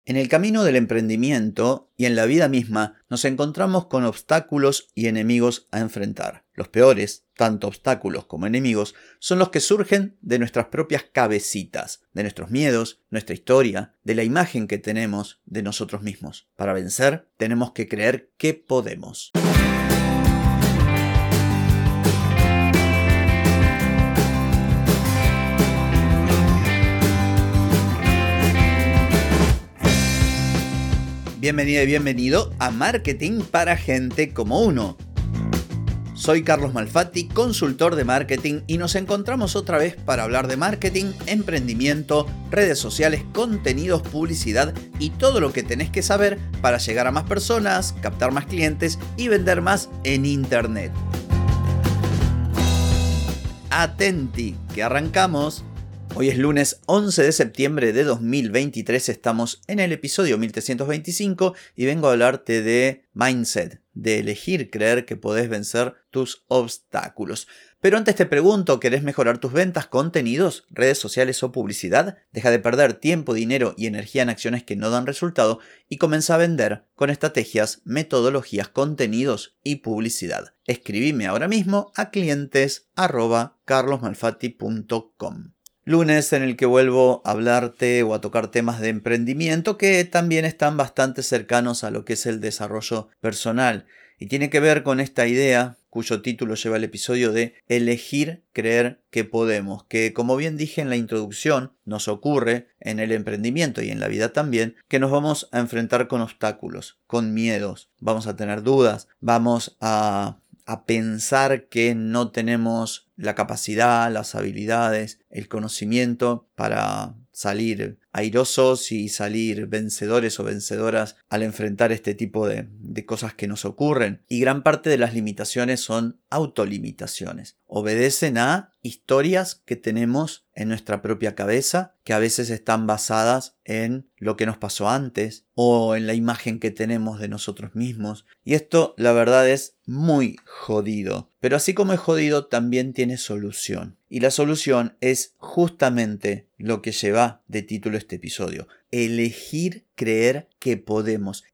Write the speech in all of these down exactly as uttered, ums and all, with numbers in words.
En el camino del emprendimiento y en la vida misma nos encontramos con obstáculos y enemigos a enfrentar. Los peores, tanto obstáculos como enemigos, son los que surgen de nuestras propias cabecitas, de nuestros miedos, nuestra historia, de la imagen que tenemos de nosotros mismos. Para vencer, tenemos que creer que podemos. Bienvenida y bienvenido a Marketing para Gente como Uno. Soy Carlos Malfatti, consultor de marketing, y nos encontramos otra vez para hablar de marketing, emprendimiento, redes sociales, contenidos, publicidad y todo lo que tenés que saber para llegar a más personas, captar más clientes y vender más en Internet. Atenti, que arrancamos. Hoy es lunes once de septiembre de dos mil veintitrés, estamos en el episodio mil trescientos veinticinco y vengo a hablarte de mindset, de elegir creer que podés vencer tus obstáculos. Pero antes te pregunto, ¿querés mejorar tus ventas, contenidos, redes sociales o publicidad? Deja de perder tiempo, dinero y energía en acciones que no dan resultado y comienza a vender con estrategias, metodologías, contenidos y publicidad. Escribime ahora mismo a clientes arroba carlosmalfatti punto com. Lunes en el que vuelvo a hablarte o a tocar temas de emprendimiento que también están bastante cercanos a lo que es el desarrollo personal y tiene que ver con esta idea cuyo título lleva el episodio de elegir creer que podemos, que como bien dije en la introducción, nos ocurre en el emprendimiento y en la vida también, que nos vamos a enfrentar con obstáculos, con miedos, vamos a tener dudas, vamos a... a pensar que no tenemos la capacidad, las habilidades, el conocimiento para salir airosos y salir vencedores o vencedoras al enfrentar este tipo de, de cosas que nos ocurren. Y gran parte de las limitaciones son autolimitaciones. Obedecen a historias que tenemos en nuestra propia cabeza, que a veces están basadas en lo que nos pasó antes o en la imagen que tenemos de nosotros mismos. Y esto, la verdad, es muy jodido. Pero así como es jodido, también tiene solución. Y la solución es justamente lo que lleva de título este episodio. Elegir creer que podemos,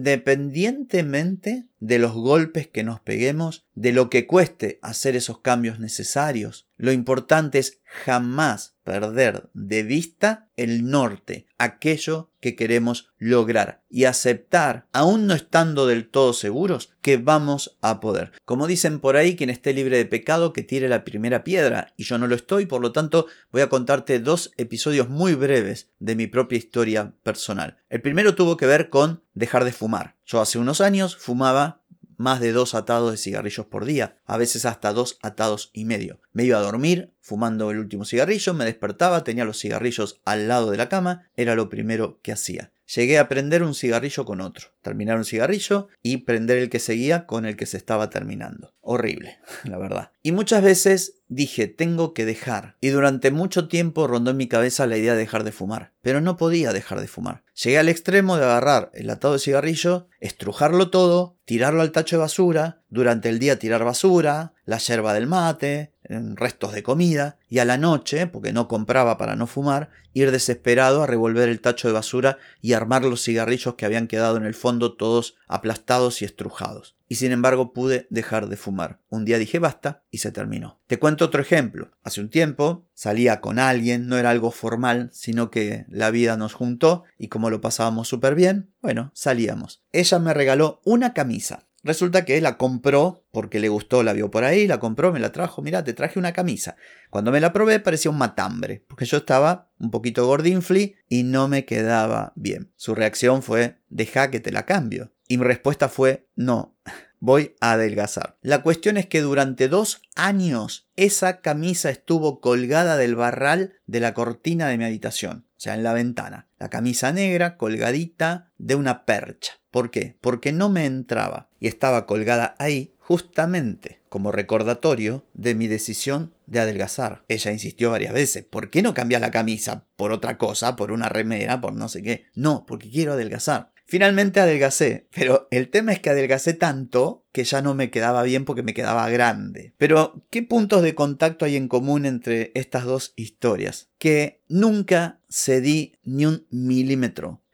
independientemente de los golpes que nos peguemos, de lo que cueste hacer esos cambios necesarios. Lo importante es jamás perder de vista el norte, aquello que queremos lograr, y aceptar, aún no estando del todo seguros, que vamos a poder. Como dicen por ahí, quien esté libre de pecado que tire la primera piedra, y yo no lo estoy, por lo tanto voy a contarte dos episodios muy breves de mi propia historia personal. El primero tuvo que ver con dejar de fumar. Yo hace unos años fumaba más de dos atados de cigarrillos por día, a veces hasta dos atados y medio. Me iba a dormir fumando el último cigarrillo, me despertaba, tenía los cigarrillos al lado de la cama, era lo primero que hacía. Llegué a prender un cigarrillo con otro, terminar un cigarrillo y prender el que seguía con el que se estaba terminando. Horrible, la verdad. Y muchas veces dije, tengo que dejar. Y durante mucho tiempo rondó en mi cabeza la idea de dejar de fumar, pero no podía dejar de fumar. Llegué al extremo de agarrar el atado de cigarrillo, estrujarlo todo, tirarlo al tacho de basura, durante el día tirar basura, la yerba del mate, restos de comida, y a la noche, porque no compraba para no fumar, ir desesperado a revolver el tacho de basura y armar los cigarrillos que habían quedado en el fondo todos aplastados y estrujados. Y sin embargo pude dejar de fumar. Un día dije basta y se terminó. Te cuento otro ejemplo. Hace un tiempo salía con alguien, no era algo formal, sino que la vida nos juntó y como lo pasábamos súper bien, bueno, salíamos. Ella me regaló una camisa. Resulta que la compró porque le gustó, la vio por ahí, la compró, me la trajo, mirá, te traje una camisa. Cuando me la probé parecía un matambre, porque yo estaba un poquito gordinfli y no me quedaba bien. Su reacción fue, deja que te la cambio. Y mi respuesta fue, no, voy a adelgazar. La cuestión es que durante dos años esa camisa estuvo colgada del barral de la cortina de mi habitación, o sea, en la ventana. La camisa negra colgadita de una percha. ¿Por qué? Porque no me entraba y estaba colgada ahí justamente como recordatorio de mi decisión de adelgazar. Ella insistió varias veces, ¿por qué no cambias la camisa por otra cosa, por una remera, por no sé qué? No, porque quiero adelgazar. Finalmente adelgacé, pero el tema es que adelgacé tanto que ya no me quedaba bien porque me quedaba grande. Pero, ¿qué puntos de contacto hay en común entre estas dos historias? Que nunca cedí ni un milímetro.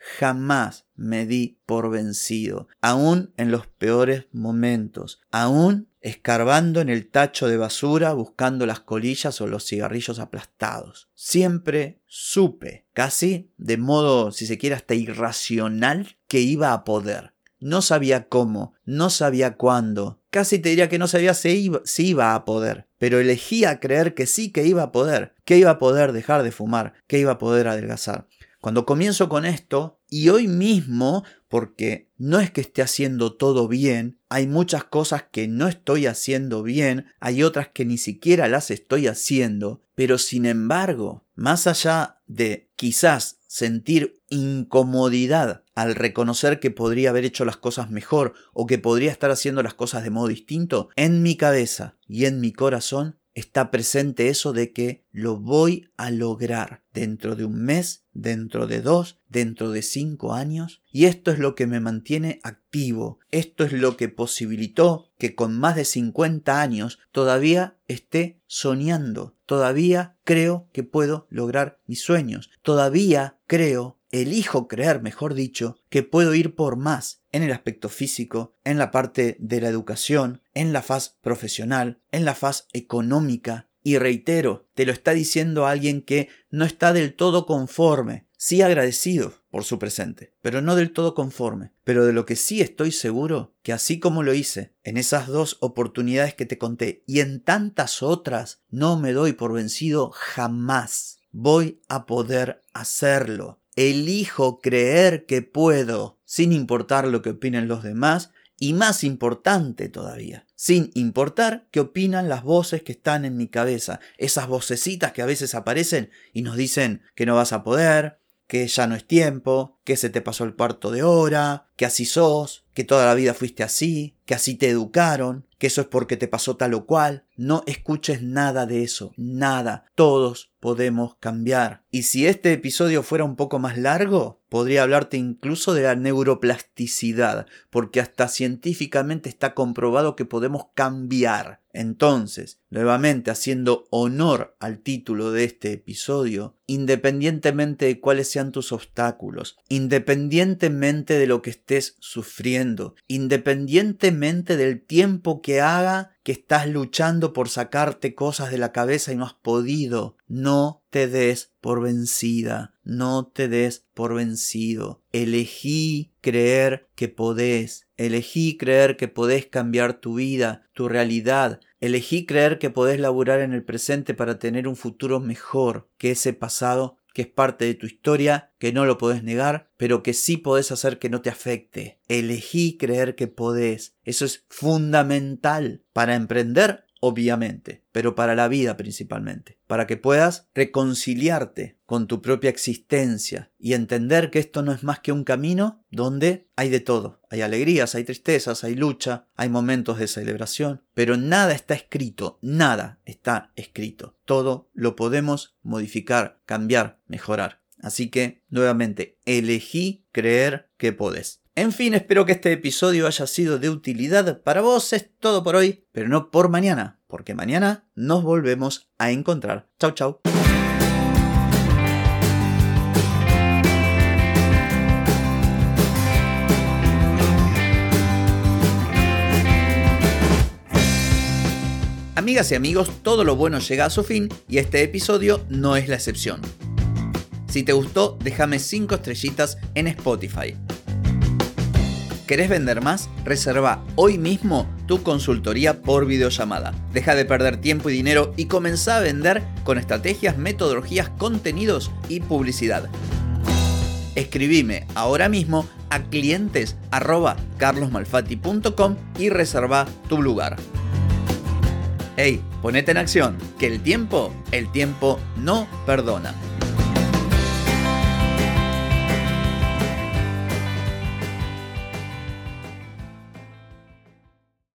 jamás me di por vencido, aún en los peores momentos, aún escarbando en el tacho de basura buscando las colillas o los cigarrillos aplastados. Siempre supe, casi de modo, si se quiere, hasta irracional, que iba a poder. No sabía cómo, no sabía cuándo, casi te diría que no sabía si iba, si iba a poder, pero elegía creer que sí que iba a poder, que iba a poder dejar de fumar, que iba a poder adelgazar. Cuando comienzo con esto, y hoy mismo, porque no es que esté haciendo todo bien, hay muchas cosas que no estoy haciendo bien, hay otras que ni siquiera las estoy haciendo, pero sin embargo, más allá de quizás sentir incomodidad al reconocer que podría haber hecho las cosas mejor o que podría estar haciendo las cosas de modo distinto, en mi cabeza y en mi corazón está presente eso de que lo voy a lograr dentro de un mes, dentro de dos, dentro de cinco años. Y esto es lo que me mantiene activo. Esto es lo que posibilitó que con más de cincuenta años todavía esté soñando. Todavía creo que puedo lograr mis sueños. Todavía creo, elijo creer, mejor dicho, que puedo ir por más en el aspecto físico, en la parte de la educación, en la faz profesional, en la faz económica. Y reitero, te lo está diciendo alguien que no está del todo conforme, sí agradecido por su presente, pero no del todo conforme. Pero de lo que sí estoy seguro, que así como lo hice en esas dos oportunidades que te conté y en tantas otras, no me doy por vencido jamás. Voy a poder hacerlo. Elijo creer que puedo, sin importar lo que opinen los demás, y más importante todavía, sin importar qué opinan las voces que están en mi cabeza, esas vocecitas que a veces aparecen y nos dicen que no vas a poder, que ya no es tiempo, que se te pasó el cuarto de hora, que así sos, que toda la vida fuiste así, que así te educaron, que eso es porque te pasó tal o cual. No escuches nada de eso, nada. Todos podemos cambiar. Y si este episodio fuera un poco más largo, podría hablarte incluso de la neuroplasticidad, porque hasta científicamente está comprobado que podemos cambiar. Entonces, nuevamente haciendo honor al título de este episodio, independientemente de cuáles sean tus obstáculos, independientemente de lo que estés sufriendo, independientemente del tiempo que haga que estás luchando por sacarte cosas de la cabeza y no has podido, no te des por vencida, no te des por vencido. Elegí creer que podés, elegí creer que podés cambiar tu vida, tu realidad, elegí creer que podés laburar en el presente para tener un futuro mejor que ese pasado que es parte de tu historia, que no lo podés negar, pero que sí podés hacer que no te afecte. Elegí creer que podés. Eso es fundamental para emprender, obviamente, pero para la vida principalmente. Para que puedas reconciliarte con tu propia existencia y entender que esto no es más que un camino donde hay de todo. Hay alegrías, hay tristezas, hay lucha, hay momentos de celebración, pero nada está escrito, nada está escrito. Todo lo podemos modificar, cambiar, mejorar. Así que, nuevamente, elegí creer que podés. En fin, espero que este episodio haya sido de utilidad para vos. Es todo por hoy, pero no por mañana, porque mañana nos volvemos a encontrar. Chau, chau. Amigas y amigos, todo lo bueno llega a su fin y este episodio no es la excepción. Si te gustó, déjame cinco estrellitas en Spotify. ¿Querés vender más? Reserva hoy mismo tu consultoría por videollamada. Deja de perder tiempo y dinero y comenzá a vender con estrategias, metodologías, contenidos y publicidad. Escribime ahora mismo a clientes arroba carlosmalfatti punto com y reserva tu lugar. Hey, ponete en acción, que el tiempo, el tiempo no perdona.